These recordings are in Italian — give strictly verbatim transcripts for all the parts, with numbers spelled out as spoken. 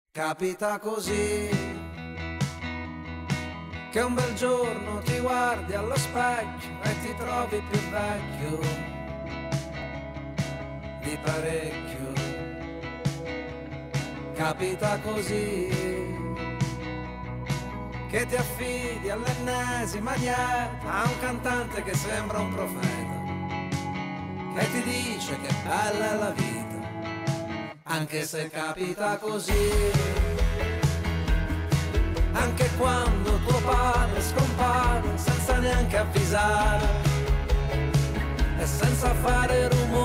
Capita così che un bel giorno ti guardi allo specchio e ti trovi più vecchio di parecchio. Capita così che ti affidi all'ennesima dieta a un cantante che sembra un profeta, che ti dice che bella è la vita, anche se capita così. Anche quando tuo padre scompare senza neanche avvisare e senza fare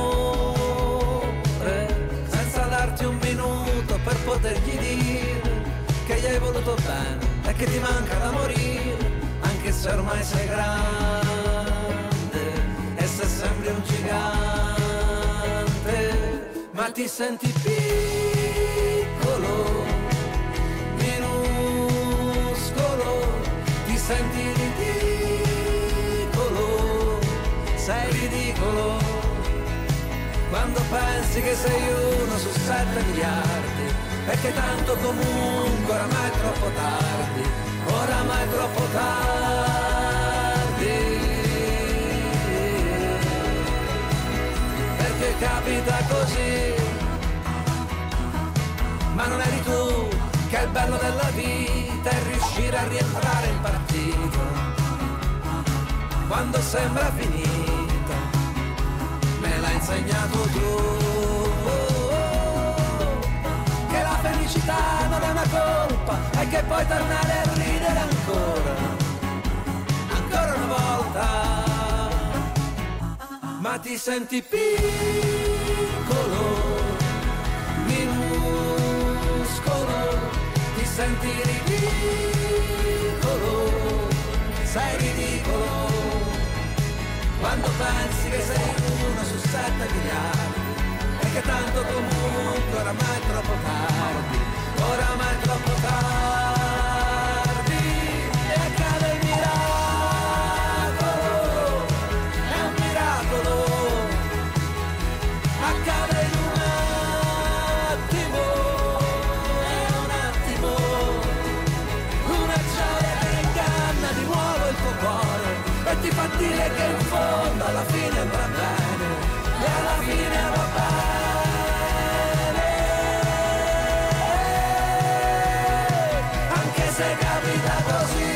rumore, senza darti un minuto per potergli dire che gli hai voluto bene e che ti manca da morire, anche se ormai sei grande e se sembri un gigante, ma ti senti piccolo, ti senti ridicolo, sei ridicolo, quando pensi che sei uno su sette miliardi e che tanto comunque oramai è troppo tardi, oramai è troppo tardi, perché capita così, ma non eri tu che il bello della vita è riuscire a rientrare in partito quando sembra finita, me l'hai insegnato tu, che la felicità non è una colpa e che puoi tornare a ridere ancora, ancora una volta, ma ti senti piccolo, ti senti ridicolo, sei ridicolo, quando pensi che sei uno su sette miliardi e che tanto comunque oramai è troppo tardi, oramai è troppo tardi, e accade il miracolo, è un miracolo, accade in un attimo, e ti fa dire che in fondo alla fine andrà bene, e alla fine va bene, anche se capita così,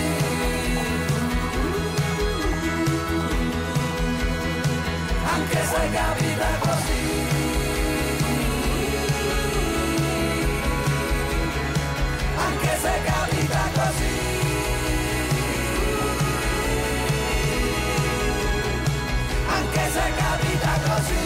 anche se capita così, anche se capita così. Anche se capita così,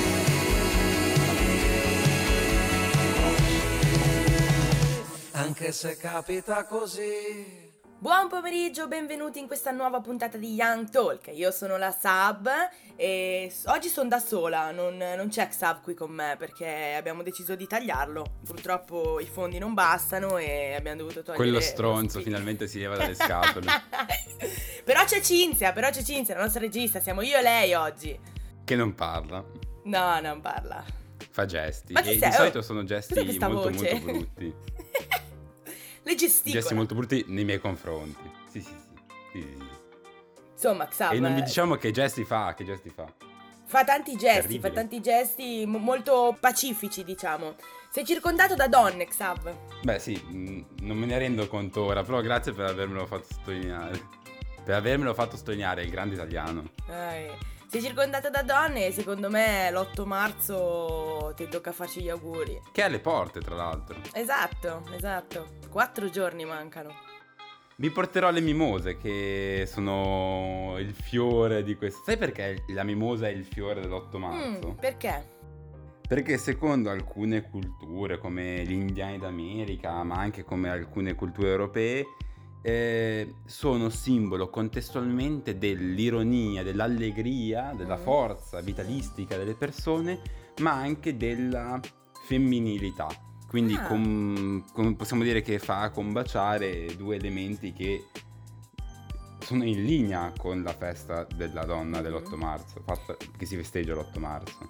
anche se capita così. Buon pomeriggio, benvenuti in questa nuova puntata di Young Talk. Io sono la Sab e oggi sono da sola, non, non c'è Xav qui con me perché abbiamo deciso di tagliarlo. Purtroppo i fondi non bastano e abbiamo dovuto togliere... Quello stronzo finalmente si leva dalle scatole. Però c'è Cinzia, però c'è Cinzia, la nostra regista, siamo io e lei oggi. Che non parla. No, non parla. Fa gesti. Ma e sei? di solito sono gesti Cos'è molto voce? molto brutti. Le gesticola. Gesti molto brutti nei miei confronti. Sì, sì, sì. sì, sì. Insomma, Xav... E non vi diciamo che gesti fa, che gesti fa. Fa tanti gesti, Terribile. fa tanti gesti mo- molto pacifici, diciamo. Sei circondato da donne, Xav. Beh sì, mh, non me ne rendo conto ora, però grazie per avermelo fatto sottolineare. Per avermelo fatto sottolineare, il grande italiano. Eh, sei circondato da donne e secondo me l'otto marzo ti tocca farci gli auguri. Che è alle porte, tra l'altro. Esatto, esatto. Quattro giorni mancano. Vi porterò le mimose, che sono il fiore di questo. Sai perché la mimosa è il fiore dell'otto marzo? Mm, perché? Perché secondo alcune culture, come gli indiani d'America, ma anche come alcune culture europee, eh, sono simbolo contestualmente dell'ironia, dell'allegria, della Mm. forza vitalistica delle persone, ma anche della femminilità. Quindi Ah. com- com- possiamo dire che fa combaciare due elementi che sono in linea con la festa della donna Mhm. dell'otto marzo, fatta- che si festeggia l'otto marzo.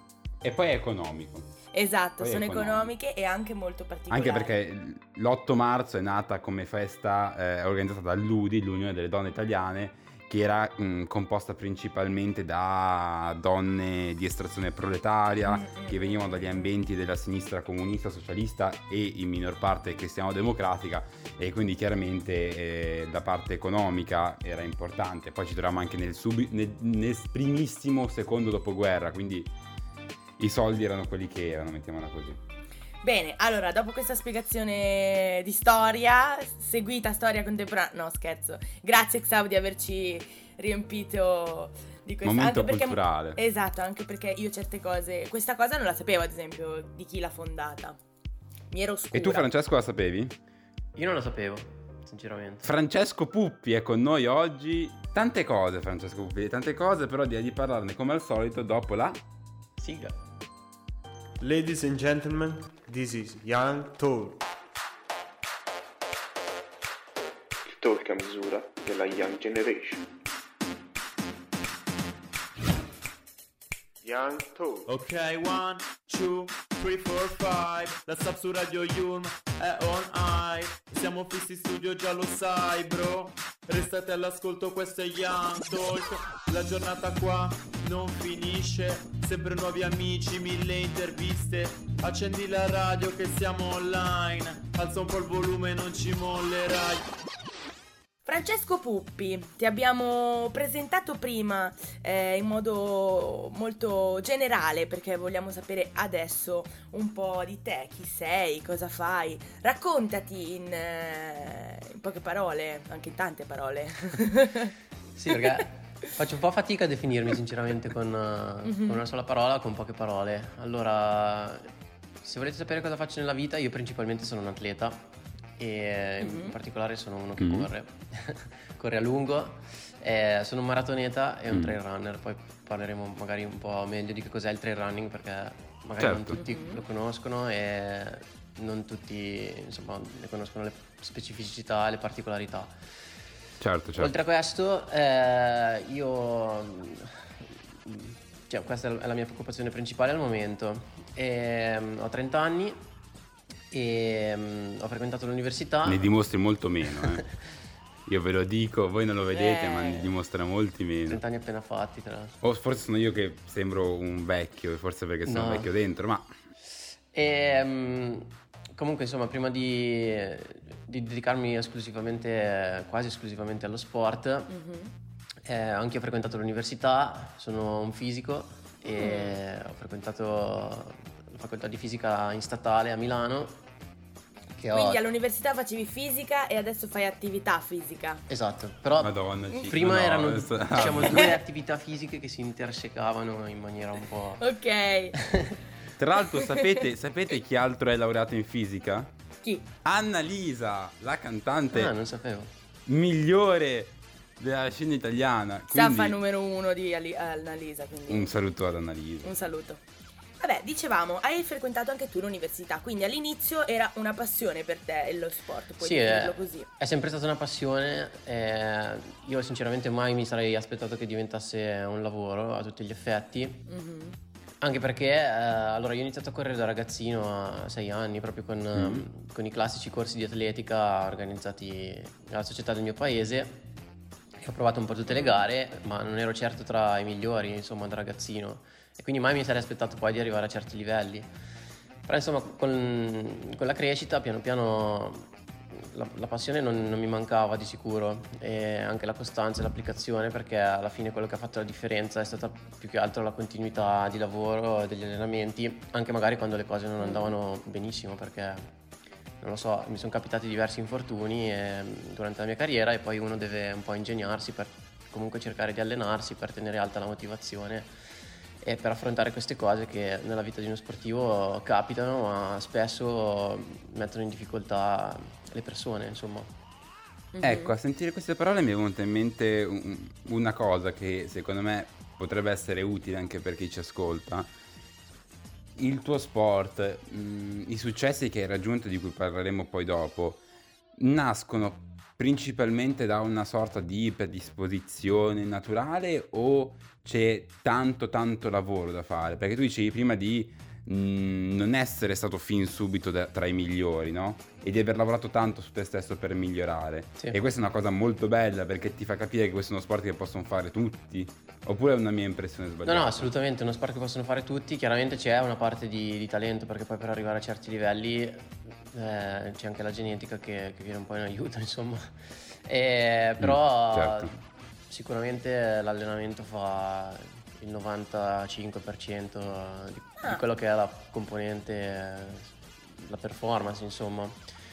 E poi è economico. Esatto, Poi è sono economico. economiche e anche molto particolari. Anche perché l'otto marzo è nata come festa eh, organizzata dall'U D I, l'Unione delle Donne Italiane, che era mh, composta principalmente da donne di estrazione proletaria, Mm-mm. che venivano dagli ambienti della sinistra comunista, socialista e in minor parte cristiano-democratica, e quindi chiaramente eh, la parte economica era importante. Poi ci troviamo anche nel, subi- nel, nel primissimo secondo dopoguerra, quindi i soldi erano quelli che erano, mettiamola così. Bene, allora, dopo questa spiegazione di storia, seguita storia contemporanea, no scherzo, grazie Xav di averci riempito di questo. Momento anche perché, culturale. Esatto, anche perché io certe cose, questa cosa non la sapevo ad esempio di chi l'ha fondata, mi ero oscura. E tu Francesco la sapevi? Io non lo sapevo, sinceramente. Francesco Puppi è con noi oggi. Tante cose Francesco Puppi, tante cose, però direi di parlarne come al solito dopo la... Sigla. Ladies and gentlemen, this is Young Talk. Il talk a misura della Young Generation. Young Talk. Ok, one, two, three, four, five. La Sub su Radio Yulm è on air. Siamo fissi in studio, già lo sai, bro. Restate all'ascolto, questo è Young Talk. La giornata qua non finisce. Sempre nuovi amici, mille interviste. Accendi la radio che siamo online. Alza un po' il volume, non ci mollerai. Francesco Puppi, ti abbiamo presentato prima eh, in modo molto generale perché vogliamo sapere adesso un po' di te, chi sei, cosa fai, raccontati in, eh, in poche parole, anche in tante parole. Sì, perché faccio un po' fatica a definirmi sinceramente con, uh, Mhm. con una sola parola, con poche parole. Allora, se volete sapere cosa faccio nella vita, io principalmente sono un atleta e Mhm. in particolare sono uno che Mhm. corre, corre a lungo, eh, sono un maratoneta e un Mm. trail runner, poi parleremo magari un po' meglio di che cos'è il trail running perché magari non Certo. tutti Mhm. lo conoscono e non tutti insomma ne conoscono le specificità e le particolarità. Certo, certo. Oltre a questo, eh, io, mm, cioè, questa è la mia preoccupazione principale al momento. Ehm, ho trenta anni e mm, ho frequentato l'università. Ne dimostri molto meno, eh. Io ve lo dico, voi non lo vedete, Eh. ma ne dimostra molti meno. trenta anni appena fatti, tra l'altro. O forse sono io che sembro un vecchio, forse perché sono No. vecchio dentro, ma E mm, comunque, insomma, prima di, di dedicarmi esclusivamente, quasi esclusivamente allo sport, Mhm. eh, anche io ho frequentato l'università, sono un fisico e ho frequentato la facoltà di fisica in statale a Milano. Che ho... Quindi all'università facevi fisica e adesso fai attività fisica. Esatto, però Madonna, ci- prima no, erano adesso- diciamo due attività fisiche che si intersecavano in maniera un po'... Ok. Tra l'altro sapete, sapete chi altro è laureato in fisica? Chi? Annalisa, la cantante Ah, non sapevo. migliore della scena italiana. Saffa Quindi numero uno di Ali- Annalisa, quindi un saluto ad Annalisa. un saluto. Vabbè, dicevamo, hai frequentato anche tu l'università, quindi all'inizio era una passione per te lo sport, puoi Sì, definirlo è, così. è sempre stata una passione. eh, io sinceramente mai mi sarei aspettato che diventasse un lavoro a tutti gli effetti. Mhm. Anche perché eh, allora io ho iniziato a correre da ragazzino a sei anni, proprio con, ehm, con i classici corsi di atletica organizzati dalla società del mio paese. E ho provato un po' tutte le gare, ma non ero certo tra i migliori, insomma, da ragazzino. E quindi mai mi sarei aspettato poi di arrivare a certi livelli. Però insomma, con, con la crescita, piano piano, la, la passione non, non mi mancava di sicuro, e anche la costanza e l'applicazione, perché alla fine quello che ha fatto la differenza è stata più che altro la continuità di lavoro e degli allenamenti, anche magari quando le cose non andavano benissimo, perché non lo so, mi sono capitati diversi infortuni e- durante la mia carriera, e poi uno deve un po' ingegnarsi per comunque cercare di allenarsi, per tenere alta la motivazione e per affrontare queste cose che nella vita di uno sportivo capitano, ma spesso mettono in difficoltà le persone, insomma. Mhm. Ecco, a sentire queste parole mi è venuta in mente un- una cosa che secondo me potrebbe essere utile anche per chi ci ascolta. Il tuo sport, mh, i successi che hai raggiunto, di cui parleremo poi dopo, nascono principalmente da una sorta di predisposizione naturale o c'è tanto tanto lavoro da fare? Perché tu dicevi prima di mh, non essere stato fin subito da- tra i migliori, no? E di aver lavorato tanto su te stesso per migliorare. Sì. E questa è una cosa molto bella perché ti fa capire che questo è uno sport che possono fare tutti. Oppure è una mia impressione No, sbagliata? no, assolutamente, è uno sport che possono fare tutti, chiaramente c'è una parte di, di talento perché poi per arrivare a certi livelli eh, c'è anche la genetica che, che viene un po' in aiuto, insomma. E, però Mm, certo. sicuramente l'allenamento fa il novantacinque per cento di, Ah. di quello che è la componente, eh, la performance, insomma.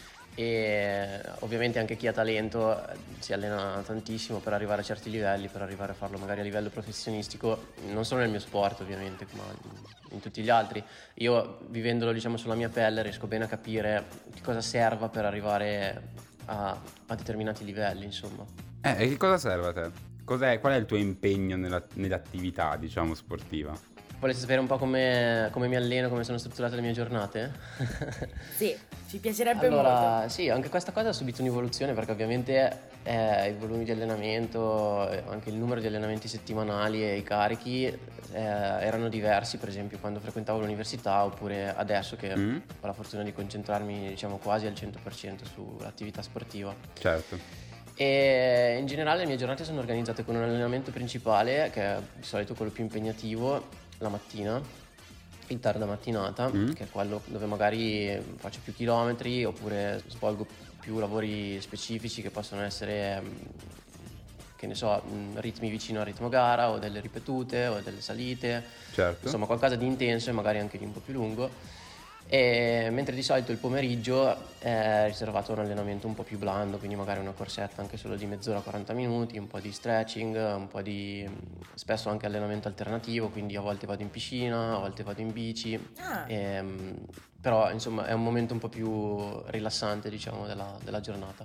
E ovviamente anche chi ha talento eh, si allena tantissimo per arrivare a certi livelli, per arrivare a farlo magari a livello professionistico, non solo nel mio sport ovviamente, ma in tutti gli altri. Io vivendolo diciamo sulla mia pelle riesco bene a capire che cosa serva per arrivare a, a determinati livelli, insomma. Eh, e che cosa serve a te? Cos'è, qual è il tuo impegno nella- nell'attività, diciamo, sportiva? Volete sapere un po' come, come mi alleno, come sono strutturate le mie giornate? Sì, ci piacerebbe Allora, molto. sì, anche questa cosa ha subito un'evoluzione perché ovviamente eh, i volumi di allenamento, eh, anche il numero di allenamenti settimanali e i carichi eh, erano diversi, per esempio quando frequentavo l'università oppure adesso che Mm? ho la fortuna di concentrarmi diciamo quasi al cento per cento sull'attività sportiva. Certo. E in generale le mie giornate sono organizzate con un allenamento principale che è di solito quello più impegnativo la mattina, il tarda mattinata, Mm. che è quello dove magari faccio più chilometri oppure svolgo più lavori specifici che possono essere, mm, che ne so, mm, ritmi vicino al ritmo gara o delle ripetute o delle salite, Certo. insomma qualcosa di intenso e magari anche di un po' più lungo. E mentre di solito il pomeriggio è riservato a un allenamento un po' più blando, quindi magari una corsetta anche solo di mezz'ora, quaranta minuti, un po' di stretching, un po' di spesso anche allenamento alternativo, quindi a volte vado in piscina, a volte vado in bici. Ah. Ehm, però insomma è un momento un po' più rilassante diciamo della, della giornata.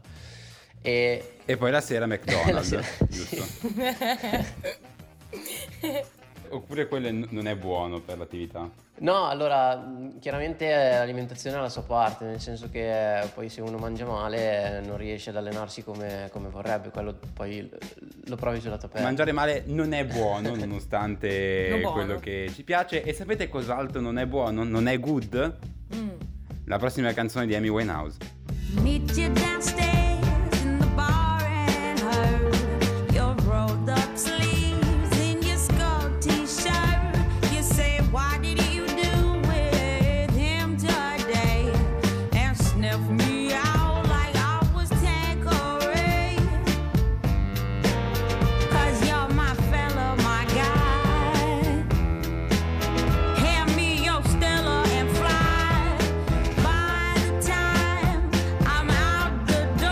E E poi la sera McDonald's, La sera, giusto? Mm. Oppure quello n- non è buono per l'attività? no, allora mh, chiaramente l'alimentazione ha la sua parte, nel senso che eh, poi se uno mangia male eh, non riesce ad allenarsi come, come vorrebbe, quello poi l- lo provi sulla tua pelle. Mangiare male non è buono, nonostante Non buono. quello che ci piace. E sapete cos'altro non è buono? Non è good? Mm. La prossima canzone di Amy Winehouse. Meet you downstairs in the bar and heard your rolled up sleeves in your skull t-shirt. You say, why did you do with him today? And sniff me out like I was Tanqueray. 'Cause you're my fella, my guy. Hand me your Stella and fly. By the time I'm out the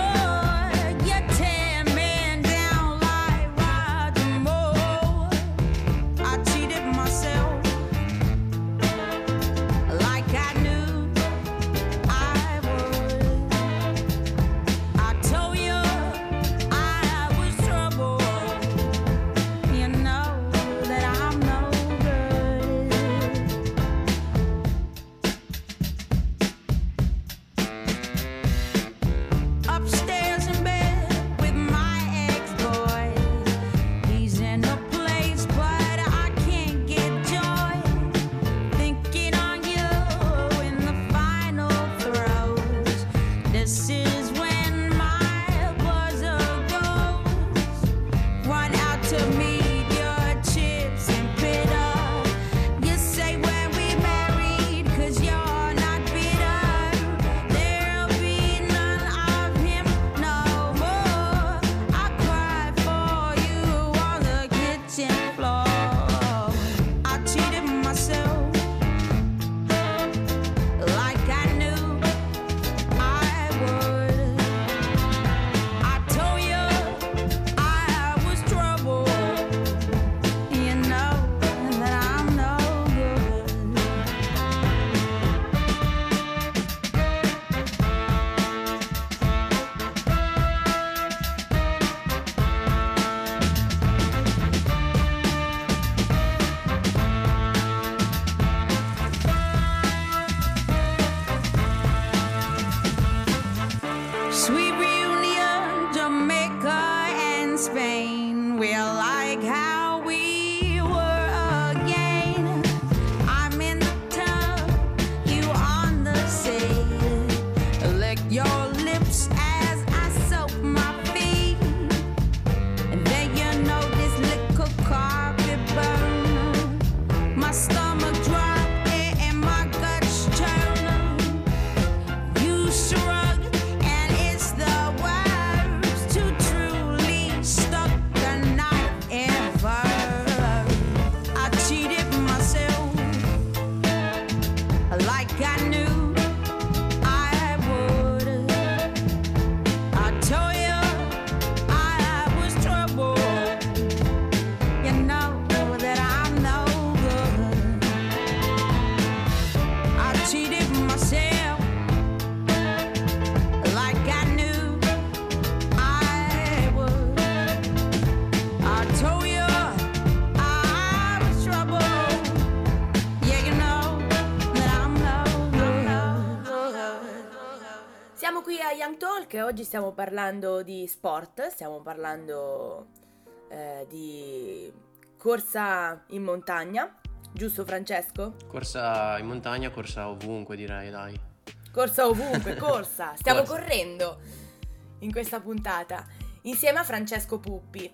perché oggi stiamo parlando di sport, stiamo parlando eh, di corsa in montagna, giusto Francesco? Corsa in montagna, corsa ovunque direi, dai. Corsa ovunque, corsa, stiamo Corsa. correndo in questa puntata insieme a Francesco Puppi.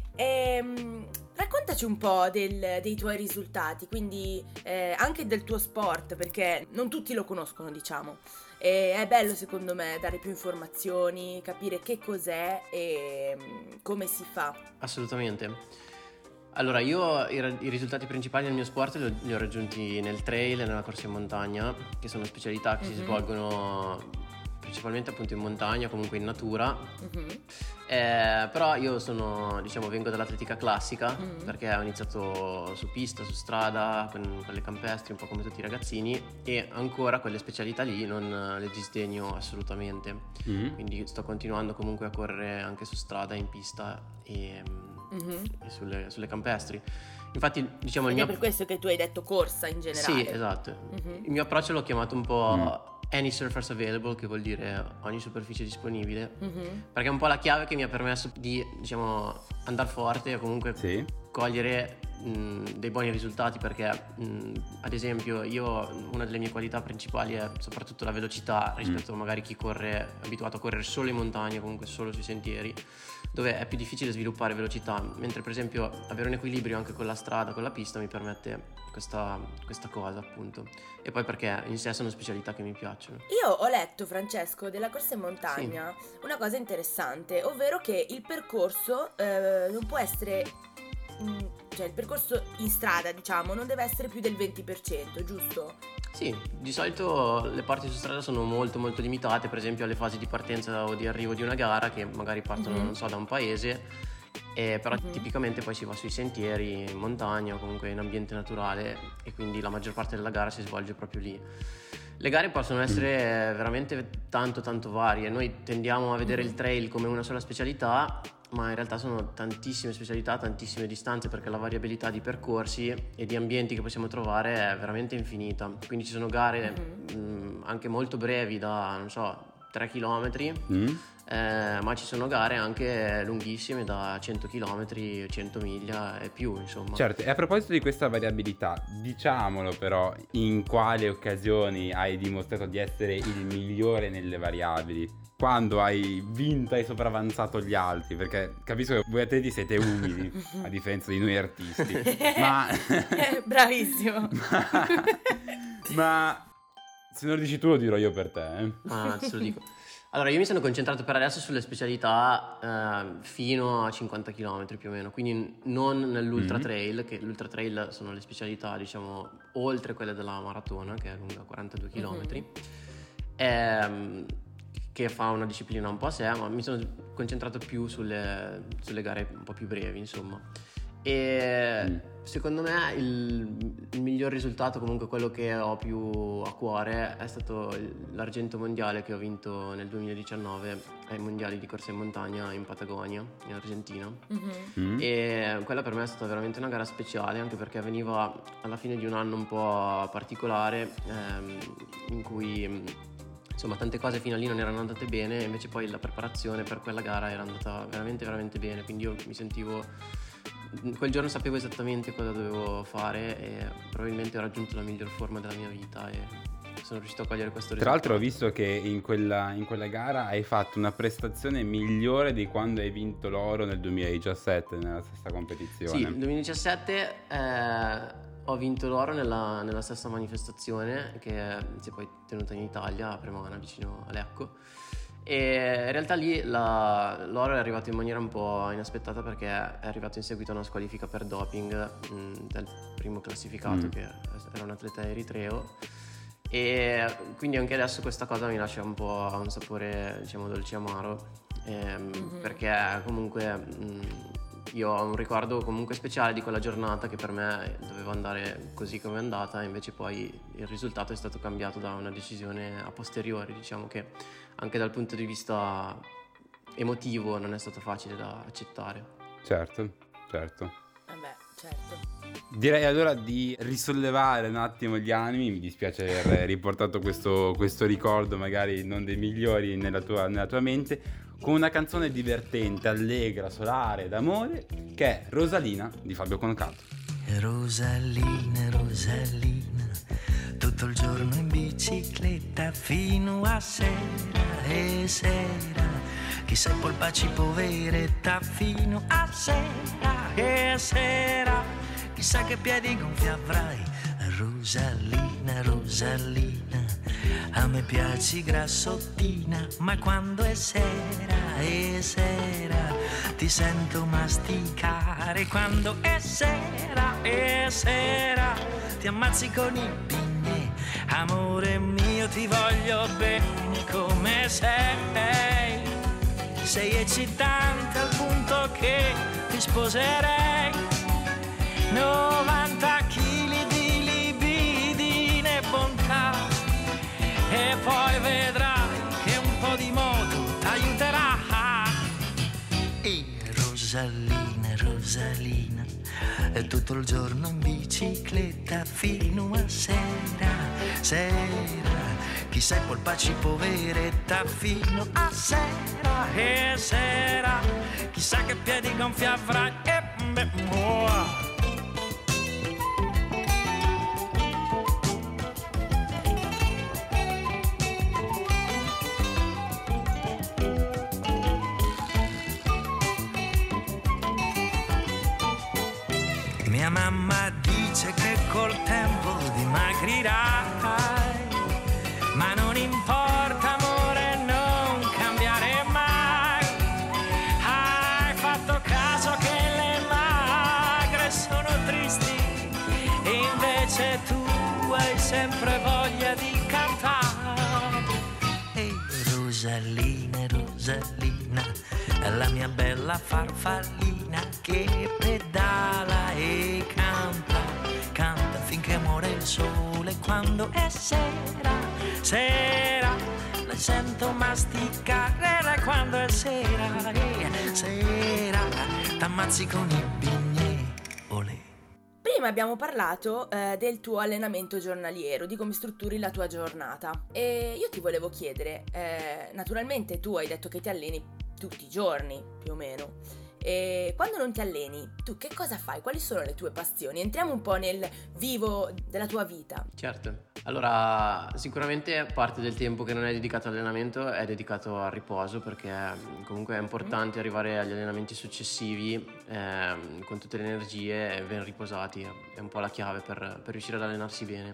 Ehm, raccontaci un po' del- dei tuoi risultati, quindi eh, anche del tuo sport, perché non tutti lo conoscono, diciamo. E è bello secondo me dare più informazioni, capire che cos'è e mm, come si fa. Assolutamente. Allora, io i, ra- i risultati principali del mio sport li ho, li ho raggiunti nel trail e nella corsa in montagna, che sono specialità che si Mhm. svolgono principalmente appunto in montagna, comunque in natura. Mhm. Eh, però io sono, diciamo, vengo dall'atletica classica, Mm. perché ho iniziato su pista, su strada, con, con le campestri, un po' come tutti i ragazzini, e ancora quelle specialità lì non eh, le disdegno assolutamente. Mm. Quindi sto continuando comunque a correre anche su strada, in pista e, Mhm. e sulle, sulle campestri. Infatti, diciamo, il Ed è mio... per questo che tu hai detto corsa in generale. Sì, esatto. Mhm. Il mio approccio l'ho chiamato un po' Mm. Any Surface Available, che vuol dire ogni superficie disponibile, Mhm. perché è un po' la chiave che mi ha permesso di, diciamo, andare forte e comunque Sì. cogliere mh, dei buoni risultati, perché mh, ad esempio io, una delle mie qualità principali è soprattutto la velocità rispetto a magari chi corre, è abituato a correre solo in montagna, comunque solo sui sentieri, dove è più difficile sviluppare velocità, mentre per esempio avere un equilibrio anche con la strada, con la pista mi permette questa, questa cosa, appunto. E poi perché in sé sono specialità che mi piacciono. Io ho letto, Francesco, della corsa in montagna una cosa interessante, ovvero che il percorso eh, non può essere, mm, cioè il percorso in strada, diciamo, non deve essere più del venti per cento, giusto? Sì, di solito le parti su strada sono molto molto limitate, per esempio alle fasi di partenza o di arrivo di una gara, che magari partono, Mhm. non so, da un paese, e però Mhm. tipicamente poi si va sui sentieri, in montagna o comunque in ambiente naturale, e quindi la maggior parte della gara si svolge proprio lì. Le gare possono essere veramente tanto tanto varie, noi tendiamo a vedere il trail come una sola specialità, ma in realtà sono tantissime specialità, tantissime distanze, perché la variabilità di percorsi e di ambienti che possiamo trovare è veramente infinita. Quindi ci sono gare mh, anche molto brevi, da, non so, tre chilometri, Mm. eh, ma ci sono gare anche lunghissime da cento chilometri, cento miglia e più, insomma. Certo, e a proposito di questa variabilità, diciamolo però, in quali occasioni hai dimostrato di essere il migliore nelle variabili? Quando hai vinto, hai sopravanzato gli altri? Perché capisco che voi atleti siete umili, a differenza di noi artisti. Ma... Bravissimo. ma... ma se non lo dici tu lo dirò io per te, eh? Ah, adesso lo dico. Allora, io mi sono concentrato per adesso sulle specialità eh, fino a cinquanta chilometri più o meno, quindi non nell'ultra Mhm. trail, che l'ultra trail sono le specialità, diciamo, oltre quelle della maratona, che è lunga quarantadue chilometri, ehm, che fa una disciplina un po' a sé, ma mi sono concentrato più sulle, sulle gare un po' più brevi, insomma. E Mm. secondo me il, il miglior risultato, comunque quello che ho più a cuore, è stato il- l'argento mondiale che ho vinto nel duemiladiciannove ai mondiali di corsa in montagna in Patagonia, in Argentina. Mhm. Mm? E quella per me è stata veramente una gara speciale, anche perché veniva alla fine di un anno un po' particolare, ehm, in cui mh, insomma tante cose fino a lì non erano andate bene, e invece poi la preparazione per quella gara era andata veramente veramente bene, quindi io mi sentivo, quel giorno sapevo esattamente cosa dovevo fare e probabilmente ho raggiunto la miglior forma della mia vita e sono riuscito a cogliere questo Tra risultato. l'altro ho visto che in quella, in quella gara hai fatto una prestazione migliore di quando hai vinto l'oro nel duemiladiciassette nella stessa competizione. Sì, nel duemiladiciassette eh, ho vinto l'oro nella, nella stessa manifestazione, che si è poi tenuta in Italia, a Premana, vicino a Lecco. E in realtà lì la- l'oro è arrivato in maniera un po' inaspettata, perché è arrivato in seguito a una squalifica per doping mh, del primo classificato, Mm. che era un atleta eritreo. E quindi anche adesso questa cosa mi lascia un po' un sapore, diciamo, dolce amaro, ehm, Mhm. perché comunque mh, io ho un ricordo comunque speciale di quella giornata, che per me doveva andare così come è andata, e invece poi il risultato è stato cambiato da una decisione a posteriori. Diciamo che anche dal punto di vista emotivo non è stato facile da accettare. Certo, certo. Vabbè, certo. Direi allora di risollevare un attimo gli animi. Mi dispiace aver riportato questo, questo ricordo, magari non dei migliori nella tua, nella tua mente, con una canzone divertente, allegra, solare, d'amore, che è Rosalina di Fabio Concato. Rosalina, Rosalina, tutto il giorno in bicicletta fino a sera e sera. Chissà i polpacci poveretta fino a sera e sera. Chissà che piedi gonfi avrai, Rosalina, Rosalina. A me piaci grassottina, ma quando è sera e sera ti sento masticare. Quando è sera e sera ti ammazzi con i pigni. Amore mio, ti voglio bene come sei. Sei eccitante al punto che ti sposerei. novanta chili di libidine e bontà, e poi vedrai che un po' di modo t'aiuterà. E Rosalina, Rosalina, è tutto il giorno in bicicletta fino a sera, sera. Chissà i polpacci poveretta fino a sera e sera. Chissà che piedi gonfi avrai e beh, oh. Mia mamma dice che col tempo dimagrirai, ma non importa amore, non cambiare mai. Hai fatto caso che le magre sono tristi, e invece tu hai sempre voglia di cantare. Ehi Rosalina, Rosalina, la mia bella farfallina che pedala e canta, canta finché muore il sole. Quando è sera, sera, la sento masticare. Quando è sera, eh, sera, t'ammazzi con i bignè, olè. Prima abbiamo parlato eh, del tuo allenamento giornaliero, di come strutturi la tua giornata, e io ti volevo chiedere, eh, naturalmente tu hai detto che ti alleni tutti i giorni, più o meno. E quando non ti alleni, tu che cosa fai? Quali sono le tue passioni? Entriamo un po' nel vivo della tua vita. Certo, allora sicuramente parte del tempo che non è dedicato all'allenamento è dedicato al riposo, perché comunque è importante arrivare agli allenamenti successivi eh, con tutte le energie ben riposati, è un po' la chiave per, per riuscire ad allenarsi bene.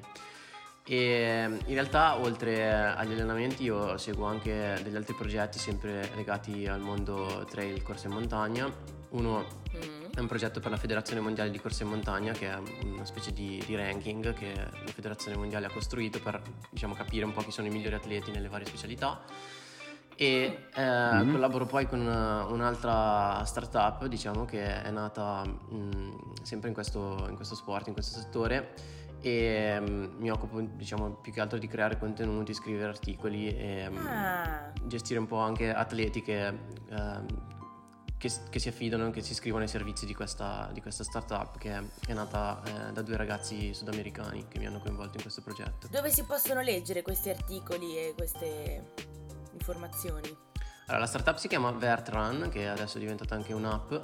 E in realtà oltre agli allenamenti io seguo anche degli altri progetti sempre legati al mondo trail, corsa in montagna. Uno è un progetto per la Federazione Mondiale di Corsa in Montagna, che è una specie di, di ranking che la Federazione Mondiale ha costruito per, diciamo, capire un po' chi sono i migliori atleti nelle varie specialità. E eh, mm-hmm. collaboro poi con una, un'altra startup, diciamo, che è nata mh, sempre in questo, in questo sport, in questo settore, e um, mi occupo, diciamo, più che altro di creare contenuti, scrivere articoli e um, Ah. gestire un po' anche atleti che, uh, che, che si affidano, che si iscrivono ai servizi di questa, di questa startup, che è, è nata eh, da due ragazzi sudamericani che mi hanno coinvolto in questo progetto. Dove si possono leggere questi articoli e queste informazioni? Allora, la startup si chiama VertRun, che adesso è diventata anche un'app,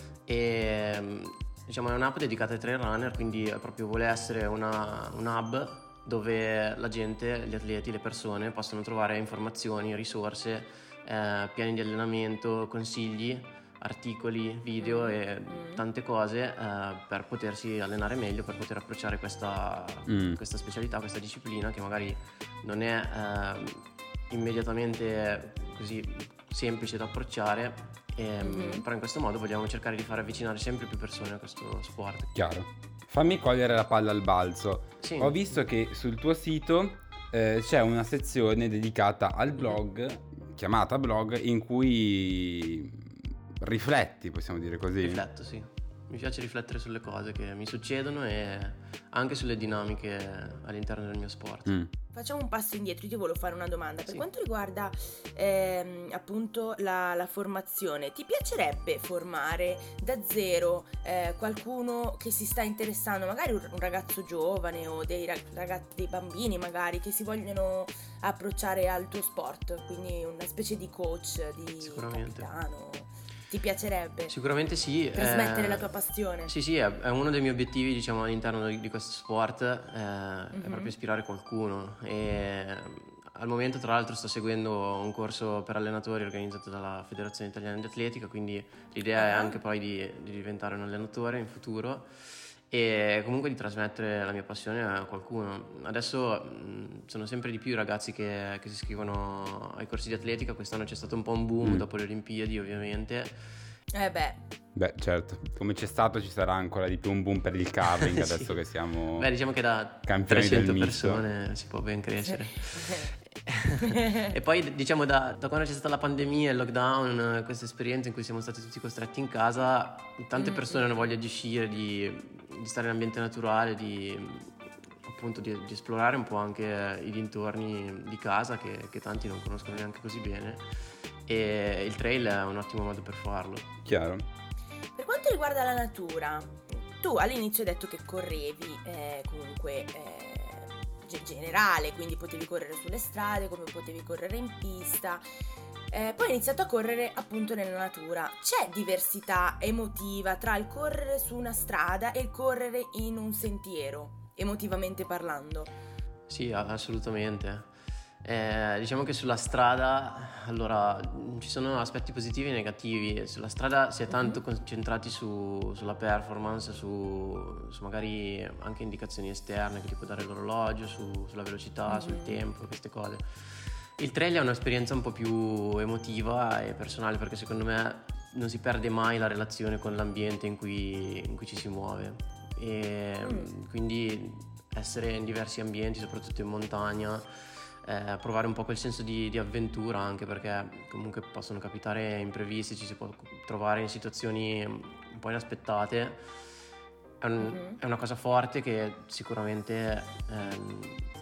e um, diciamo è un'app dedicata ai trail runner, quindi proprio vuole essere una, un hub dove la gente, gli atleti, le persone possono trovare informazioni, risorse, eh, piani di allenamento, consigli, articoli, video e tante cose eh, per potersi allenare meglio, per poter approcciare questa, Mm. questa specialità, questa disciplina che magari non è eh, immediatamente così semplice da approcciare. E, Mhm. però in questo modo vogliamo cercare di far avvicinare sempre più persone a questo sport. Chiaro. Fammi cogliere la palla al balzo. Sì. Ho visto che sul tuo sito eh, c'è una sezione dedicata al blog, chiamata blog, in cui rifletti, possiamo dire così. Rifletto, sì. mi piace riflettere sulle cose che mi succedono e anche sulle dinamiche all'interno del mio sport. Mm. Facciamo un passo indietro, io ti volevo fare una domanda. Per Sì. quanto riguarda ehm, appunto la, la formazione, ti piacerebbe formare da zero eh, qualcuno che si sta interessando, magari un, un ragazzo giovane o dei rag- ragazzi, dei bambini magari che si vogliono approcciare al tuo sport, quindi una specie di coach, di Sicuramente. capitano? Ti piacerebbe Sicuramente sì. trasmettere eh, la tua passione? Sì, sì, è, è uno dei miei obiettivi, diciamo, all'interno di, di questo sport, eh, è Mhm. proprio ispirare qualcuno. E al momento, tra l'altro, sto seguendo un corso per allenatori organizzato dalla Federazione Italiana di Atletica, quindi l'idea è Ah. anche poi di, di diventare un allenatore in futuro e comunque di trasmettere la mia passione a qualcuno. Adesso mh, sono sempre di più i ragazzi che, che si iscrivono ai corsi di atletica. Quest'anno c'è stato un po' un boom Mm. dopo le Olimpiadi, ovviamente. Eh beh, Beh, certo, come c'è stato ci sarà ancora di più un boom per il carving Sì. adesso che siamo Beh, diciamo che da campioni del trecento misto. persone si può ben crescere. E poi diciamo da, da quando c'è stata la pandemia, il lockdown, questa esperienza in cui siamo stati tutti costretti in casa, tante persone hanno voglia di uscire, di, di stare in ambiente naturale, di appunto di, di esplorare un po' anche i dintorni di casa che, che tanti non conoscono neanche così bene, e il trail è un ottimo modo per farlo. Chiaro? Per quanto riguarda la natura, tu all'inizio hai detto che correvi eh, comunque eh, ge- generale, quindi potevi correre sulle strade come potevi correre in pista. Eh, poi hai iniziato a correre appunto nella natura. C'è diversità emotiva tra il correre su una strada e il correre in un sentiero, emotivamente parlando? Sì, a- assolutamente. Eh, diciamo che sulla strada, allora, mh, ci sono aspetti positivi e negativi. Sulla strada si è tanto concentrati su- sulla performance, su, su magari anche indicazioni esterne che ti può dare l'orologio, su- sulla velocità, sul Mhm. tempo, queste cose. Il trail è un'esperienza un po' più emotiva e personale, perché secondo me non si perde mai la relazione con l'ambiente in cui, in cui ci si muove. E Mm. quindi essere in diversi ambienti, soprattutto in montagna, eh, provare un po' quel senso di, di avventura, anche perché comunque possono capitare imprevisti, ci si può trovare in situazioni un po' inaspettate. È, un- Mhm. è una cosa forte che sicuramente ehm,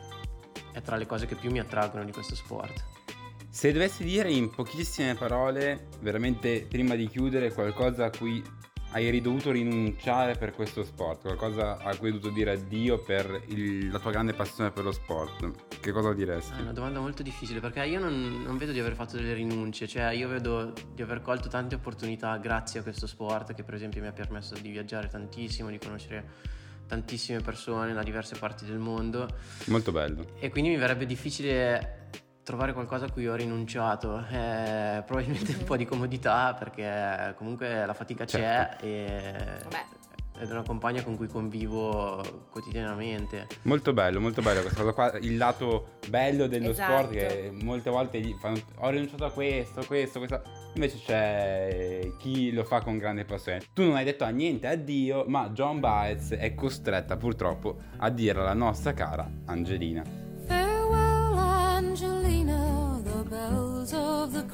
è tra le cose che più mi attraggono di questo sport. Se dovessi dire in pochissime parole, veramente prima di chiudere, qualcosa a cui hai dovuto rinunciare per questo sport, qualcosa a cui hai dovuto dire addio per il- la tua grande passione per lo sport, che cosa diresti? È una domanda molto difficile, perché io non, non vedo di aver fatto delle rinunce, cioè io vedo di aver colto tante opportunità grazie a questo sport, che per esempio mi ha permesso di viaggiare tantissimo, di conoscere tantissime persone da diverse parti del mondo, Molto bello. e quindi mi verrebbe difficile trovare qualcosa a cui ho rinunciato. Eh, probabilmente un po' di comodità, perché comunque la fatica c'è, Certo. e Vabbè. ed è una compagna con cui convivo quotidianamente. Molto bello, molto bello questa cosa qua, il lato bello dello Esatto. sport che molte volte gli fanno, ho rinunciato a questo, questo, questo, invece c'è chi lo fa con grande passione. Tu non hai detto a niente addio, ma Joan Baez è costretta purtroppo a dire alla nostra cara Angelina. Farewell, Angelina, the bells of the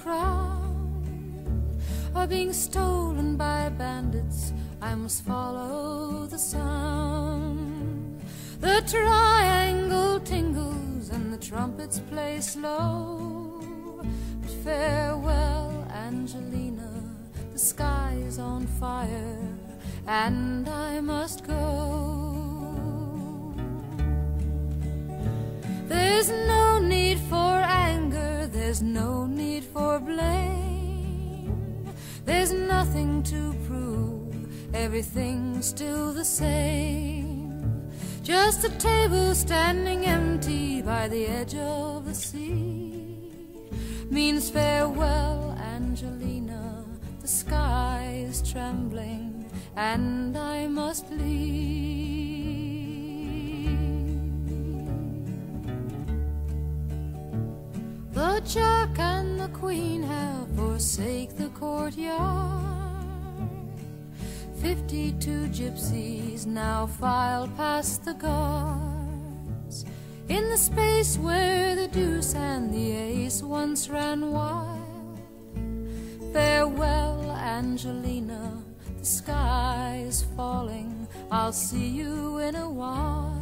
crown are being stolen by bandits. I must follow the sound. The triangle tingles and the trumpets play slow. But farewell, Angelina, the sky is on fire and I must go. There's no need for anger, there's no need for blame. There's nothing to prove, everything's still the same. Just a table standing empty by the edge of the sea means farewell, Angelina, the sky is trembling and I must leave. The Jack and the Queen have forsake the courtyard. Fifty-two gypsies now file past the guards in the space where the deuce and the ace once ran wild. Farewell, Angelina, the sky is falling, I'll see you in a while.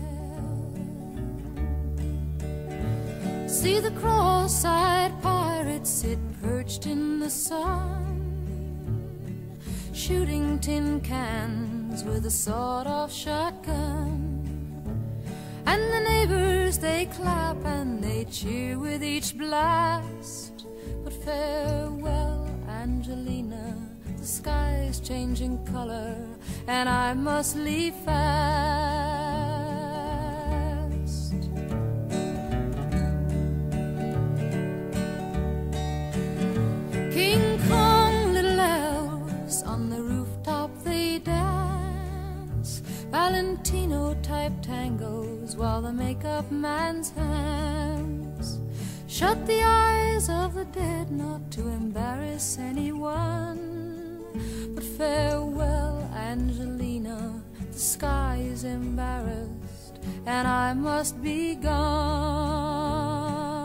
See the cross-eyed pirate sit perched in the sun, shooting tin cans with a sawed-off shotgun. And the neighbors, they clap and they cheer with each blast. But farewell, Angelina, the sky is changing color and I must leave fast. King Kong, little elves on the rooftop they dance, Valentino type tangos while the makeup man's hands shut the eyes of the dead not to embarrass anyone. But farewell, Angelina, the sky is embarrassed and I must be gone.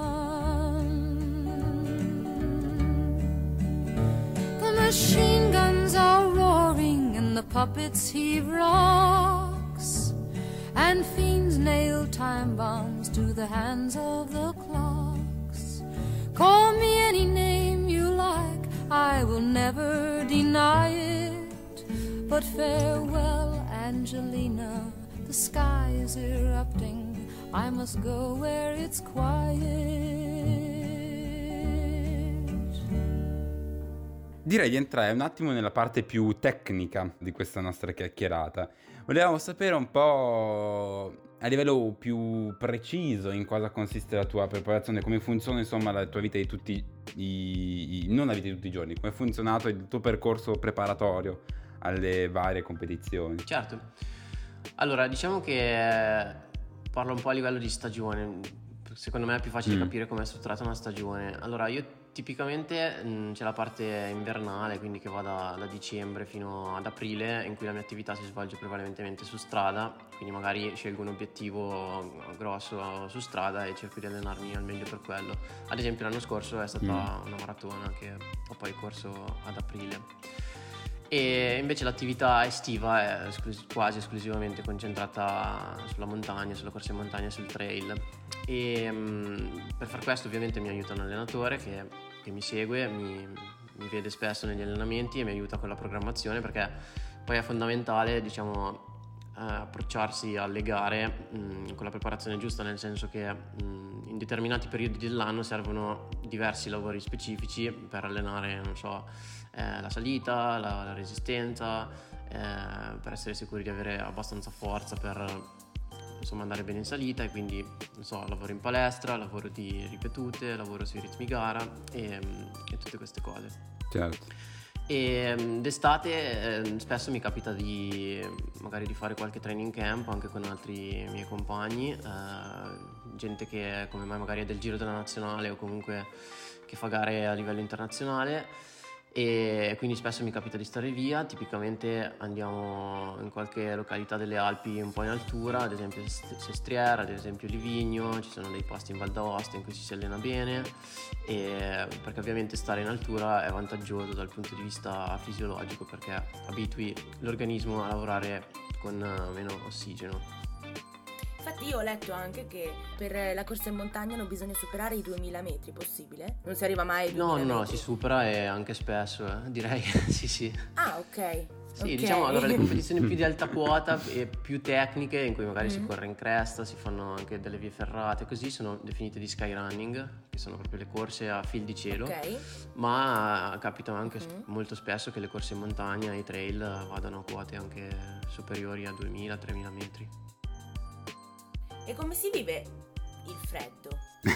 The machine guns are roaring and the puppets heave rocks, and fiends nail time bombs to the hands of the clocks. Call me any name you like, I will never deny it. But farewell, Angelina, the sky is erupting, I must go where it's quiet. Direi di entrare un attimo nella parte più tecnica di questa nostra chiacchierata. Volevamo sapere un po' a livello più preciso in cosa consiste la tua preparazione, come funziona insomma la tua vita di tutti i, i non la vita di tutti i giorni, come è funzionato il tuo percorso preparatorio alle varie competizioni. Certo. Allora, diciamo che parlo un po' a livello di stagione. Secondo me è più facile Mm. capire come è strutturata una stagione. Allora, io tipicamente mh, c'è la parte invernale, quindi che va da, da dicembre fino ad aprile, in cui la mia attività si svolge prevalentemente su strada, quindi magari scelgo un obiettivo grosso su strada e cerco di allenarmi al meglio per quello. Ad esempio l'anno scorso è stata Mm. una maratona che ho poi corso ad aprile. E invece l'attività estiva è esclus- quasi esclusivamente concentrata sulla montagna, sulla corsa in montagna, sul trail. E mh, per far questo ovviamente mi aiuta un allenatore che, che mi segue, mi, mi vede spesso negli allenamenti e mi aiuta con la programmazione, perché poi è fondamentale, diciamo, eh, approcciarsi alle gare mh, con la preparazione giusta, nel senso che mh, in determinati periodi dell'anno servono diversi lavori specifici per allenare, non so, eh, la salita, la, la resistenza, eh, per essere sicuri di avere abbastanza forza per, insomma, andare bene in salita. E quindi, non so, lavoro in palestra, lavoro di ripetute, lavoro sui ritmi gara e, e tutte queste cose. Certo. E mh, d'estate eh, spesso mi capita di magari di fare qualche training camp anche con altri miei compagni, eh, gente che come me magari è del giro della nazionale o comunque che fa gare a livello internazionale, e quindi spesso mi capita di stare via. Tipicamente andiamo in qualche località delle Alpi un po' in altura, ad esempio Sestriere, ad esempio Livigno. Ci sono dei posti in Val d'Aosta in cui ci si allena bene, e perché ovviamente stare in altura è vantaggioso dal punto di vista fisiologico, perché abitui l'organismo a lavorare con meno ossigeno. Infatti io ho letto anche che per la corsa in montagna non bisogna superare i duemila metri, possibile? Non si arriva mai ai No, duemila no, metri? si supera, e anche spesso, eh, direi. Sì, sì. Ah, ok. Sì, Ok. diciamo, allora le competizioni più di alta quota e più tecniche, in cui magari si Mm. corre in cresta, si fanno anche delle vie ferrate, così, sono definite di skyrunning, che sono proprio le corse a fil di cielo. Ok. Ma capita anche s- Mhm. molto spesso che le corse in montagna e i trail vadano a quote anche superiori a duemila tremila metri. E come si vive il freddo?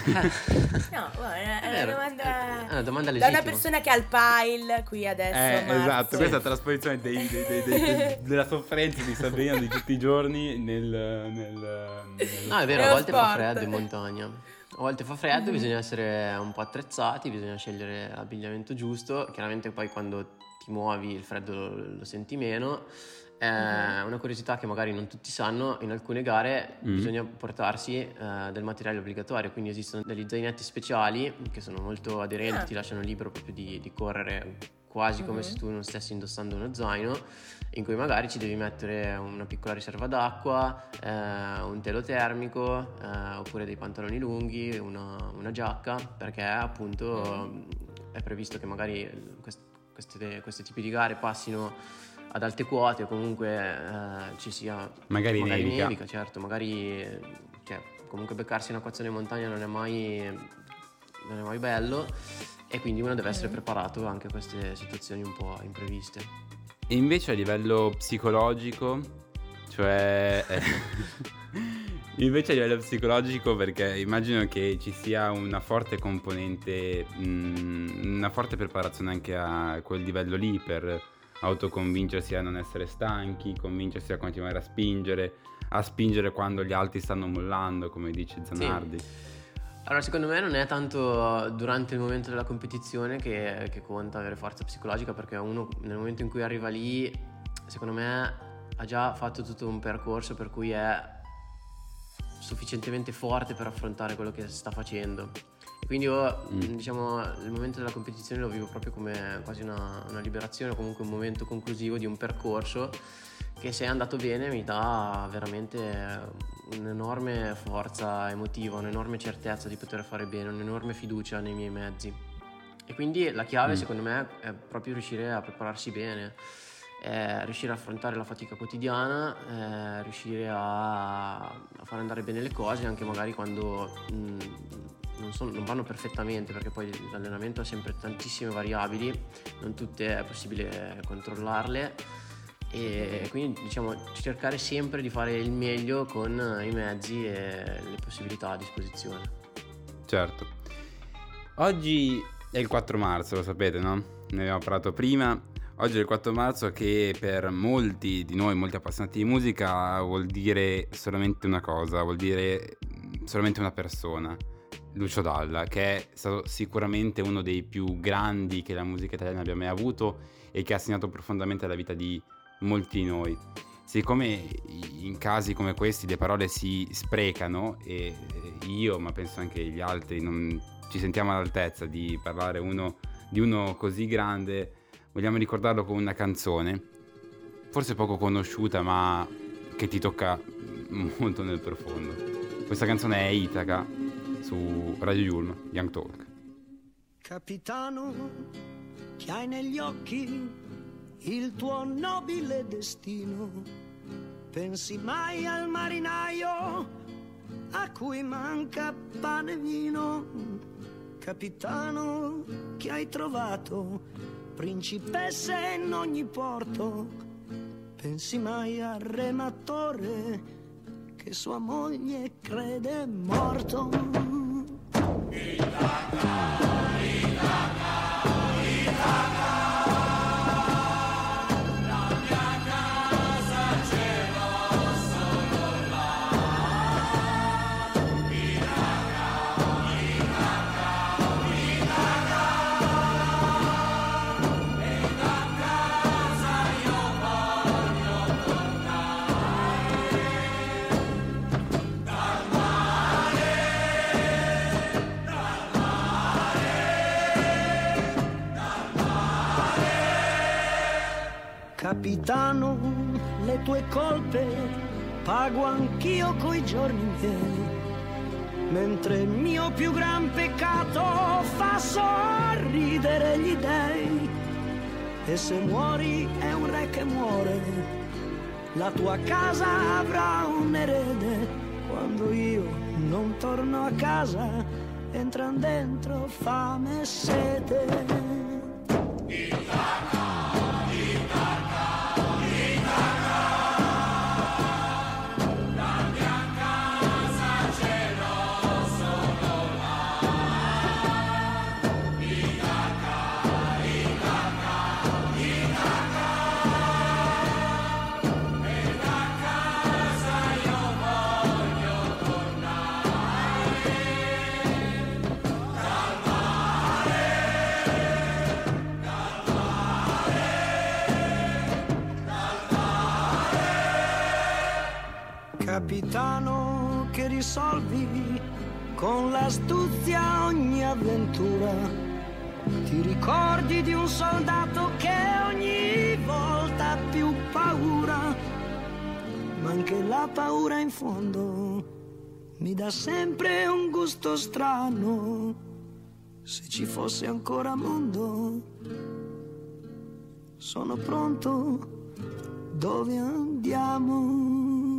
No, guarda, è È una vero, domanda, è una domanda da legittima. una persona che ha il pile qui adesso a Eh, marzo. esatto, questa è la trasposizione dei- dei- dei- dei- dei- della sofferenza di Sabrina di tutti i giorni nel... nel, nel- No, è vero, a Nello volte fa sport. freddo in montagna. A volte fa freddo, Mhm. bisogna essere un po' attrezzati, bisogna scegliere l'abbigliamento giusto. Chiaramente poi quando ti muovi il freddo lo, lo senti meno. È Mhm. una curiosità che magari non tutti sanno: in alcune gare Mm. bisogna portarsi eh, del materiale obbligatorio, quindi esistono degli zainetti speciali che sono molto aderenti, Ah. ti lasciano libero proprio di, di correre quasi come se tu non stessi indossando uno zaino, in cui magari ci devi mettere una piccola riserva d'acqua, eh, un telo termico, eh, oppure dei pantaloni lunghi, una, una giacca, perché appunto è previsto che magari quest- queste, questi tipi di gare passino ad alte quote, o comunque eh, ci sia magari, magari nevica. nevica, certo, magari cioè, comunque beccarsi una acquazzone in montagna non è mai non è mai bello, e quindi uno deve essere preparato anche a queste situazioni un po' impreviste. E invece a livello psicologico, cioè invece a livello psicologico, perché immagino che ci sia una forte componente, mh, una forte preparazione anche a quel livello lì, per autoconvincersi a non essere stanchi, convincersi a continuare a spingere, a spingere quando gli altri stanno mollando, come dice Zanardi. Sì. Allora, secondo me non è tanto durante il momento della competizione che, che conta avere forza psicologica, perché uno nel momento in cui arriva lì, secondo me ha già fatto tutto un percorso per cui è sufficientemente forte per affrontare quello che sta facendo. E quindi io, mm. diciamo, il momento della competizione lo vivo proprio come quasi una, una liberazione, o comunque un momento conclusivo di un percorso che, se è andato bene, mi dà veramente un'enorme forza emotiva, un'enorme certezza di poter fare bene, un'enorme fiducia nei miei mezzi. E quindi la chiave, mm. secondo me, è proprio riuscire a prepararsi bene, è riuscire a affrontare la fatica quotidiana, è riuscire a, a fare andare bene le cose, anche magari quando mh, non, sono, non vanno perfettamente, perché poi l'allenamento ha sempre tantissime variabili, non tutte è possibile controllarle, e quindi, diciamo, cercare sempre di fare il meglio con i mezzi e le possibilità a disposizione. Certo. Oggi è il quattro marzo, lo sapete, no? Ne abbiamo parlato prima. Oggi è il quattro marzo, che per molti di noi, molti appassionati di musica, vuol dire solamente una cosa, vuol dire solamente una persona, Lucio Dalla, che è stato sicuramente uno dei più grandi che la musica italiana abbia mai avuto e che ha segnato profondamente la vita di molti di noi. Siccome in casi come questi le parole si sprecano, e io, ma penso anche gli altri, non ci sentiamo all'altezza di parlare uno, di uno così grande, vogliamo ricordarlo con una canzone, forse poco conosciuta, ma che ti tocca molto nel profondo. Questa canzone è Itaca, su Radio Yulm, Young Talk. Capitano, che hai negli occhi il tuo nobile destino, pensi mai al marinaio a cui manca pane e vino? Capitano, che hai trovato principesse in ogni porto, pensi mai al rematore che sua moglie crede morto? Itaca, Itaca, Itaca. Capitano, le tue colpe pago anch'io coi giorni miei, mentre il mio più gran peccato fa sorridere gli dèi. E se muori è un re che muore, la tua casa avrà un erede. Quando io non torno a casa, entran dentro fame e sete. Itaca, Itaca, Itaca, la mia casa ce l'ho solo là. Itaca, Itaca, Itaca, e da casa io voglio tornare. Dal mare, dal mare, dal mare. Capitano, che risolvi con l'astuzia ogni avventura, Ti ricordi di un soldato che ogni volta ha più paura, ma anche la paura in fondo mi dà sempre un gusto strano. Se ci fosse ancora mondo, sono pronto, dove andiamo?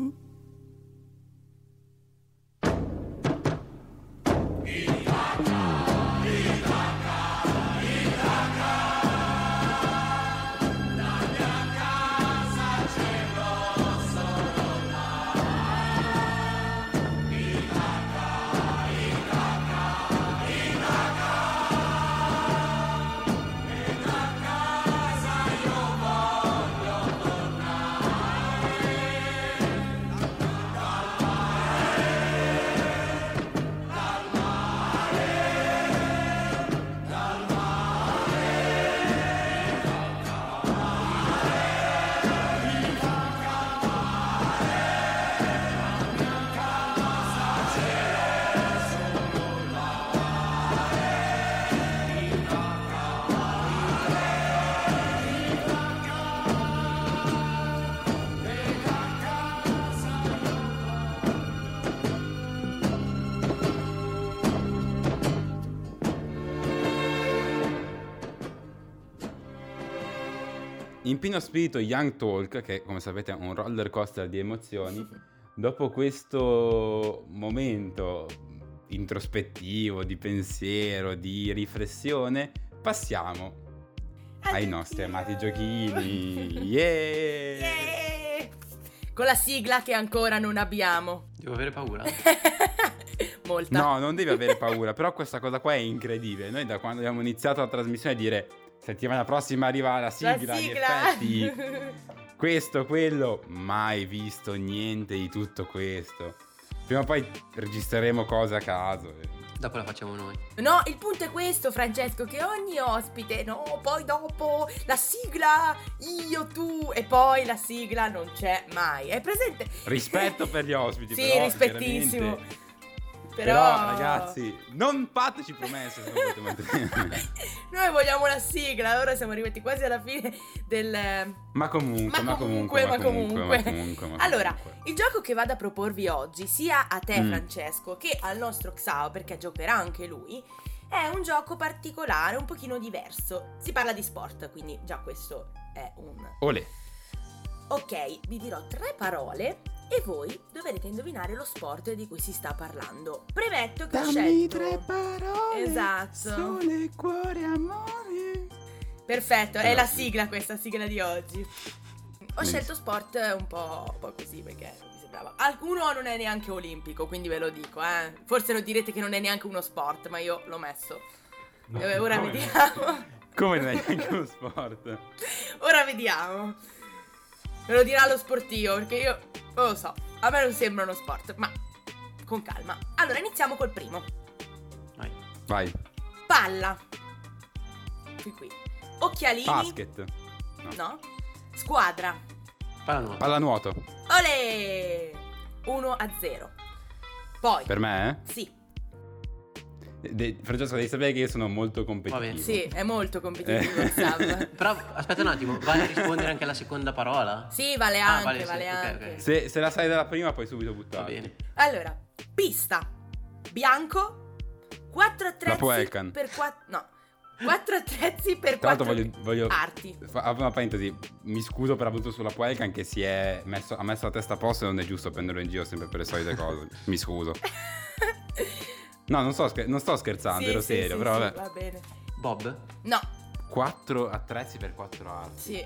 In pieno spirito Young Talk, che come sapete è un roller coaster di emozioni, dopo questo momento introspettivo, di pensiero, di riflessione, passiamo ai nostri amati giochini. Yeah! Yeah! Con la sigla che ancora non abbiamo. Devo avere paura? Molta. No, non devi avere paura, però questa cosa qua è incredibile. Noi da quando abbiamo iniziato la trasmissione a dire settimana prossima arriva la sigla, La gli sigla. effetti, questo, quello, mai visto niente di tutto questo. Prima o poi registreremo cose a caso. Dopo la facciamo noi. No, il punto è questo, Francesco, che ogni ospite, no, poi dopo la sigla, io, tu, e poi la sigla non c'è mai. È presente? Rispetto per gli ospiti, Sì, però, rispettissimo. chiaramente. Però... Però, ragazzi, non fateci promesse se non volete mantenere. Noi vogliamo la sigla, ora siamo arrivati quasi alla fine del... Ma comunque, Ma ma comunque, comunque, ma comunque. ma comunque, ma Allora, comunque. il gioco che vado a proporvi oggi, sia a te Mm. Francesco che al nostro Xao, perché giocherà anche lui, è un gioco particolare, un pochino diverso. Si parla di sport, quindi già questo è un... Olè. Ok, vi dirò tre parole e voi dovrete indovinare lo sport di cui si sta parlando. Premetto che ho Dammi scelto... tre parole. Esatto. Sole, cuore, amore. Perfetto, è Allora, la sì. sigla questa, sigla di oggi. Ho Benissimo. scelto sport un po', un po' così perché mi sembrava. Alcuno non è neanche olimpico, quindi ve lo dico, eh. Forse lo direte che non è neanche uno sport, ma io l'ho messo. Eh, ora come? vediamo. Come non è neanche uno sport? Ora vediamo. Me lo dirà lo sportivo, perché io non lo so. A me non sembra uno sport, ma con calma. Allora, iniziamo col primo. Vai. Vai. Palla. Qui qui. Occhialini. Basket. No. Squadra. Pallanuoto. Pallanuoto. Olè! uno a zero. Poi. Per me, Sì, eh? De- Francesco, devi sapere che io sono molto competitivo. Va bene. sì, è molto competitivo Eh. il Sav. Però aspetta un attimo, vale a rispondere anche alla seconda parola? Sì, vale Ah, anche, vale, vale, sì, ok, anche. ok. Se, se la sai dalla prima, puoi subito Va buttare. bene. Allora, pista. Bianco. Quattro attrezzi Puelcan. per quattro. No. Quattro attrezzi per Tra l'altro quattro voglio, voglio arti. fa- apro una parentesi. Mi scuso per avuto sulla Puelcan che si è messo, ha messo la testa a posto e non è giusto prenderlo in giro sempre per le solite cose. Mi scuso. No, non, so scher- non sto scherzando, Sì, ero sì, serio, sì, però sì, vabbè. va bene. Bob? No, Quattro attrezzi per quattro arti. sì,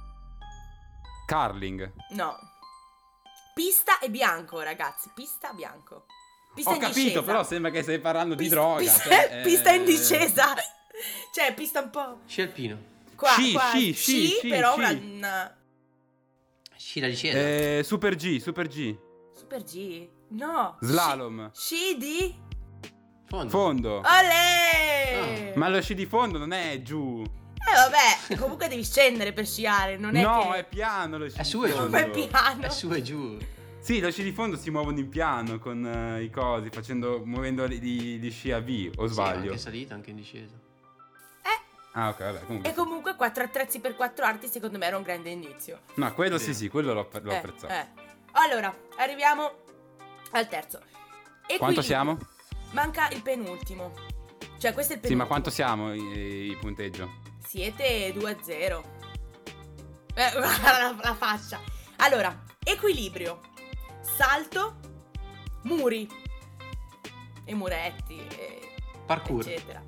Curling. no. Pista e bianco, ragazzi. Pista bianco. Pista Ho in capito, discesa. però sembra che stai parlando di Pista- droga. Pista, cioè, eh, pista in discesa. Cioè, pista un po'. Sci alpino. Qua, Sci, qua. sci, sci, sci, però sci. una, una- Sci da discesa. Eh, Super G, Super G. Super G? No. Slalom. Sci, sci di... Fondo. Fondo. Olè! Ma lo sci di fondo non è giù. Eh vabbè, comunque devi scendere per sciare, non è No, che... è piano lo sci È di su e giù. fondo. Come piano. È su e giù. Sì, lo sci di fondo si muovono in piano con eh, i cosi, facendo, muovendo gli, gli sci a V, o Sì, sbaglio? anche salita, anche in discesa. Eh, Ah, ok, vabbè, comunque. E comunque quattro attrezzi per quattro arti secondo me era un grande indizio. No, quello sì, sì, quello l'ho, l'ho Eh, apprezzato. eh. Allora, arriviamo al terzo. Quanto Equilibrio. siamo? Manca il penultimo. Cioè, questo è il penultimo. Sì, ma quanto siamo i, i punteggio? Siete due a zero. Eh, guarda la, la faccia. Allora, equilibrio, salto, muri e muretti, e Parkour. eccetera.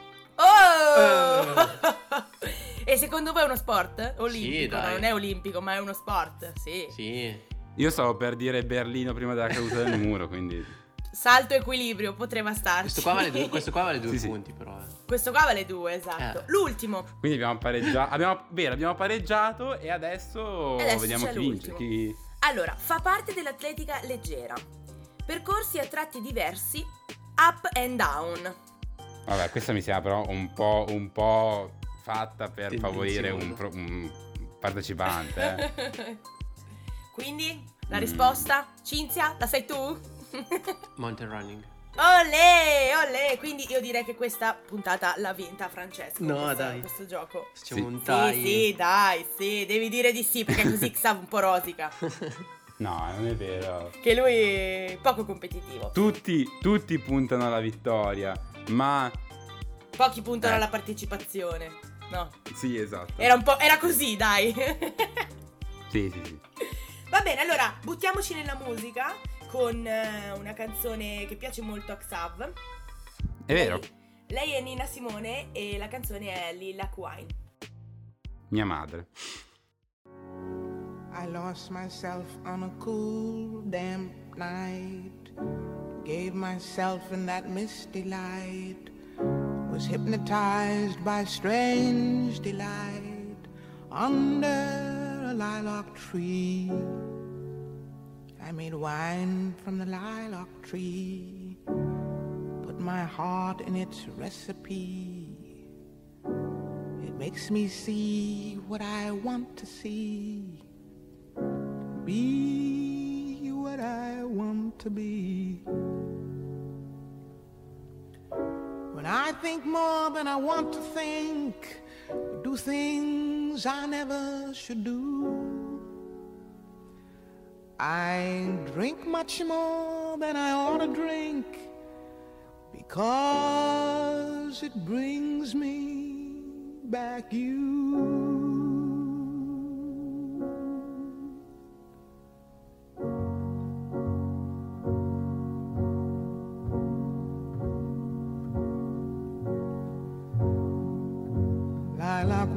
Oh! E secondo voi è uno sport? Olimpico? dai. No, non è olimpico, ma è uno sport. Sì. Sì. Io stavo per dire Berlino prima della caduta del muro, quindi... Salto, equilibrio, poteva starci. Questo qua vale due, questo qua vale due Sì, sì. punti, però. eh. Questo qua vale due, esatto. Eh. L'ultimo. Quindi abbiamo pareggiato. Abbiamo, bene, abbiamo pareggiato e adesso, E adesso vediamo c'è chi vince. l'ultimo. Chi... Allora, fa parte dell'atletica leggera. Percorsi a tratti diversi, up and down. Vabbè, questa mi sembra però un po', un po' fatta per Tendenziosa. favorire un, pro- un partecipante. eh. Quindi, la Mm. risposta? Cinzia, la sai tu? Mountain running. Olè, olè. Quindi io direi che questa puntata l'ha vinta Francesco. No, questo, dai. questo gioco. Facciamo Sì. un Sì, tie. sì, dai, sì, devi dire di sì, perché così Xav un po' rosica. No, non è vero. Che lui è poco competitivo. Tutti, tutti puntano alla vittoria, ma... Pochi puntano Eh. alla partecipazione. No. Sì, esatto. Era un po'. Era così, dai. Sì, sì, sì. Va bene, allora buttiamoci nella musica con eh, una canzone che piace molto a Xav. È vero, Lei, lei è Nina Simone e la canzone è Lilac Wine. mia madre. I lost myself on a cool, damp night. Gave myself in that misty light. Was hypnotized by strange delight. Under a lilac tree. I made wine from the lilac tree. Put my heart in its recipe. It makes me see what I want to see. Be what I want to be. When I think more than I want to think, do things I never should do. I drink much more than I ought to drink, because it brings me back you. Lilac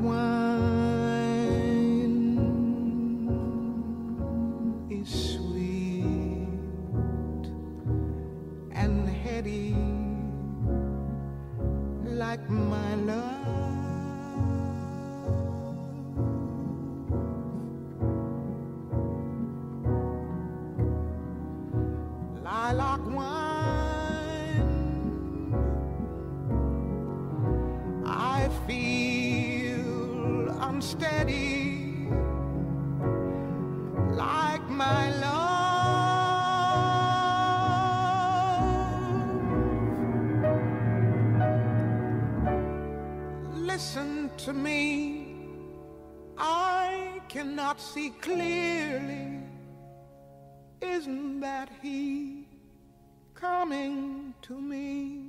wine is sweet and heady like my love. Lilac wine, I feel unsteady like my love. Listen to me, I cannot see clearly. Isn't that he coming to me?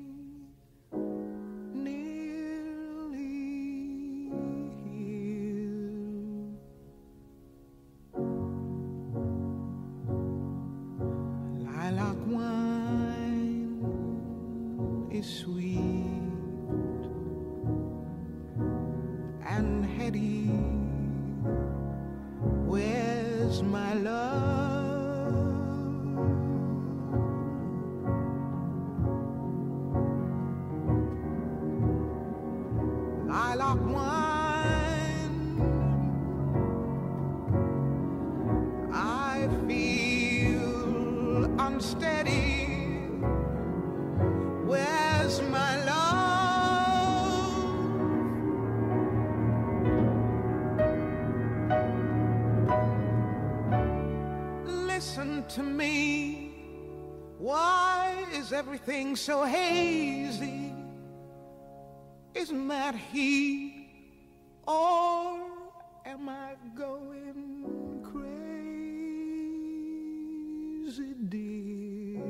Nearly here. Lilac wine is sweet and heady. Where's my love? Lilac wine, I feel unsteady. Where's my love? Listen to me. Why is everything so hazy? Isn't that he? Or am I going crazy, dear?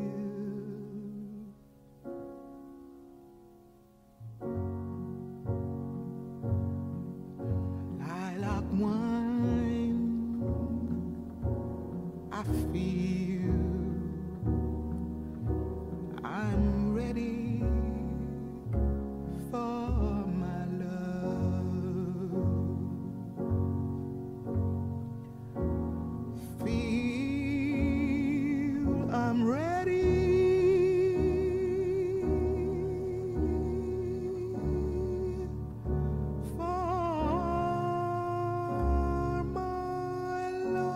Lilac wine, I feel I'm ready for my love. Feel I'm ready for my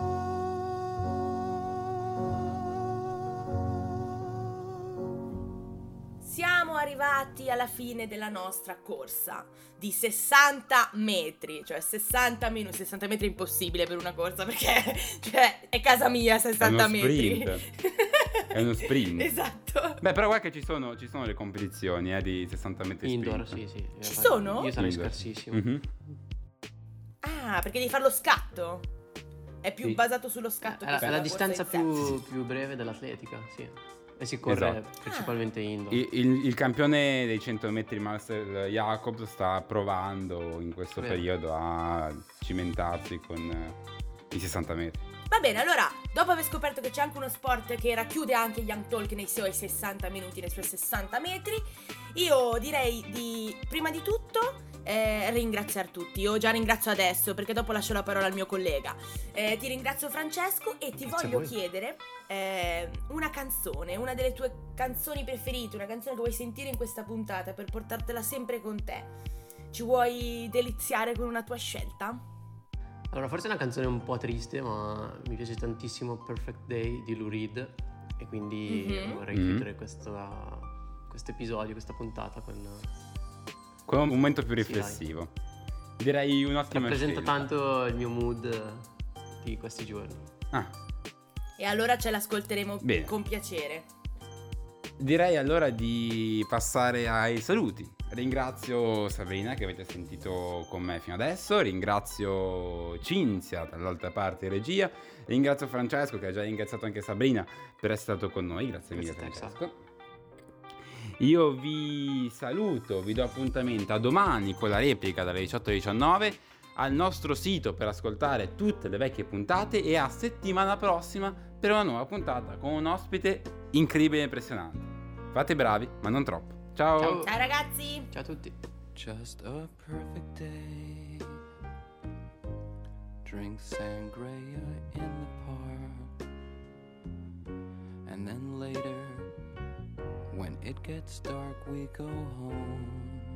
Siamo arrivati alla fine della nostra corsa di sessanta metri, cioè sessanta minuti, sessanta metri è impossibile per una corsa perché cioè, è casa mia sessanta È uno metri. sprint. È uno sprint. Esatto. Beh, però guarda che ci sono, ci sono le competizioni eh, di sessanta metri Indoor, sprint. sì, sì. Ci sono? Io sarei Indoor. scarsissimo. Mhm. Ah, perché devi fare lo scatto? È più Sì. basato sullo scatto È che la, è sulla la corsa distanza in sé. più, più breve dell'atletica, sì. E si corre Esatto. principalmente indoor. Il, il- il campione dei cento metri Marcel Jacobs sta provando in questo Vero. periodo a cimentarsi con eh, i sessanta metri. Va bene, allora, dopo aver scoperto che c'è anche uno sport che racchiude anche Young Talk nei suoi sessanta minuti, nei suoi sessanta metri, io direi di, prima di tutto, eh, ringraziare tutti. Io già ringrazio adesso perché dopo lascio la parola al mio collega. Eh, ti ringrazio Francesco e ti Grazie a voglio voi. chiedere eh, una canzone, una delle tue canzoni preferite, una canzone che vuoi sentire in questa puntata per portartela sempre con te. Ci vuoi deliziare con una tua scelta? Allora, forse è una canzone un po' triste, ma mi piace tantissimo Perfect Day di Lou Reed. E quindi Mhm. vorrei Mhm. chiudere questo episodio, questa puntata con... Con un momento più Sì, riflessivo. Direi un'ottima Rappresenta scelta. tanto il mio mood di questi giorni. Ah, E allora ce l'ascolteremo Bene. con piacere. direi allora di passare ai saluti. Ringrazio Sabrina che avete sentito con me fino adesso, ringrazio Cinzia dall'altra parte in regia, ringrazio Francesco che ha già ringraziato anche Sabrina per essere stato con noi, grazie mille Grazie a te, Francesco. Io vi saluto, vi do appuntamento a domani con la replica dalle diciotto alle diciannove al nostro sito per ascoltare tutte le vecchie puntate e a settimana prossima per una nuova puntata con un ospite incredibile e impressionante. Fate bravi, ma non troppo. Ciao! Ciao. Ciao ragazzi! Ciao a tutti. Just a perfect day. Drink sangria in the park. And then later, when it gets dark, we go home.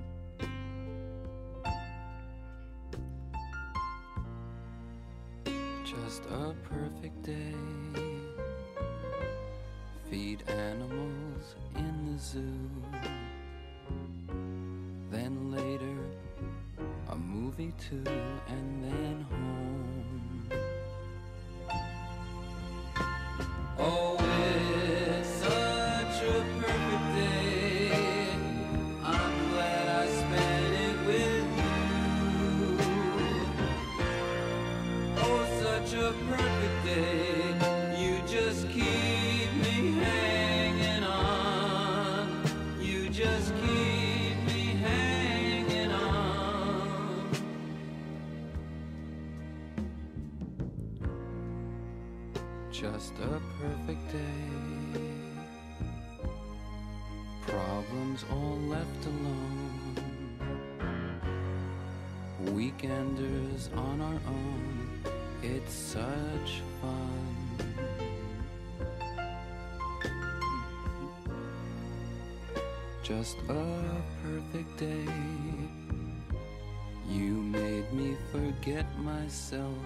Just a perfect day. Feed animals in the zoo. Then later, a movie too, and then home. Oh, it's such a perfect day. I'm glad I spent it with you. Oh, such a perfect day. You just keep me hanging on. You just keep me hanging on. Just a perfect day. Problems all left alone. Weekenders on our own. It's such fun. Just a perfect day. You made me forget myself.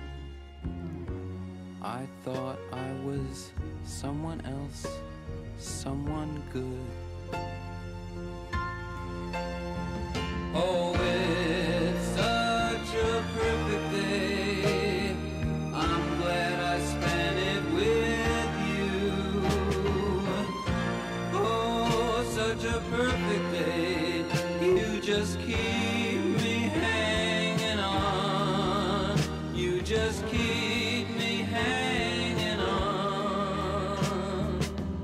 I thought I was someone else, someone good. Oh, it's such a perfect day. I'm glad I spent it with you. Oh, such a perfect day. You just keep just keep me hanging on.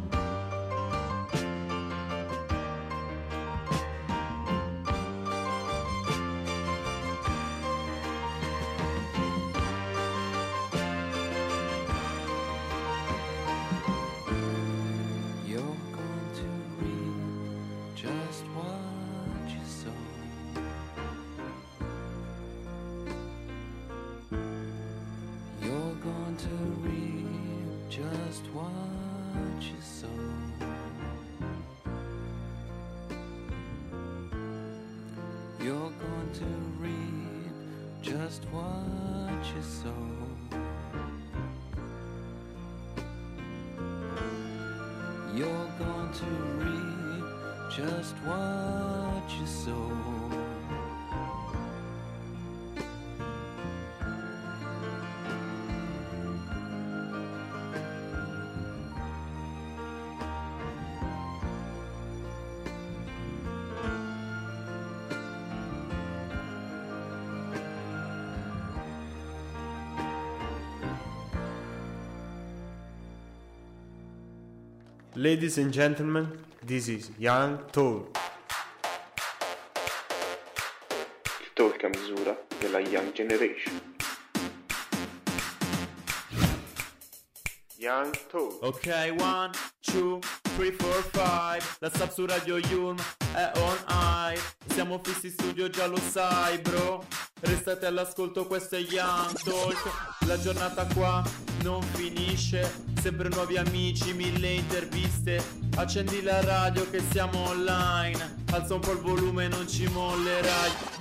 You're going to reap just what you sow. You're going to reap just what you sow. You're going to reap just what you sow. You're going to reap just what you sow. Ladies and gentlemen, this is Young Talk. Il talk a misura della Young Generation. Young Talk. Ok, one, two, three, four, five. La Sub su Radio Yulm è on air. Siamo fissi in studio, già lo sai, bro. Restate all'ascolto, questo è Young Talk. La giornata qua non finisce. Sempre nuovi amici, mille interviste. Accendi la radio che siamo online. Alza un po' il volume, non ci mollerai.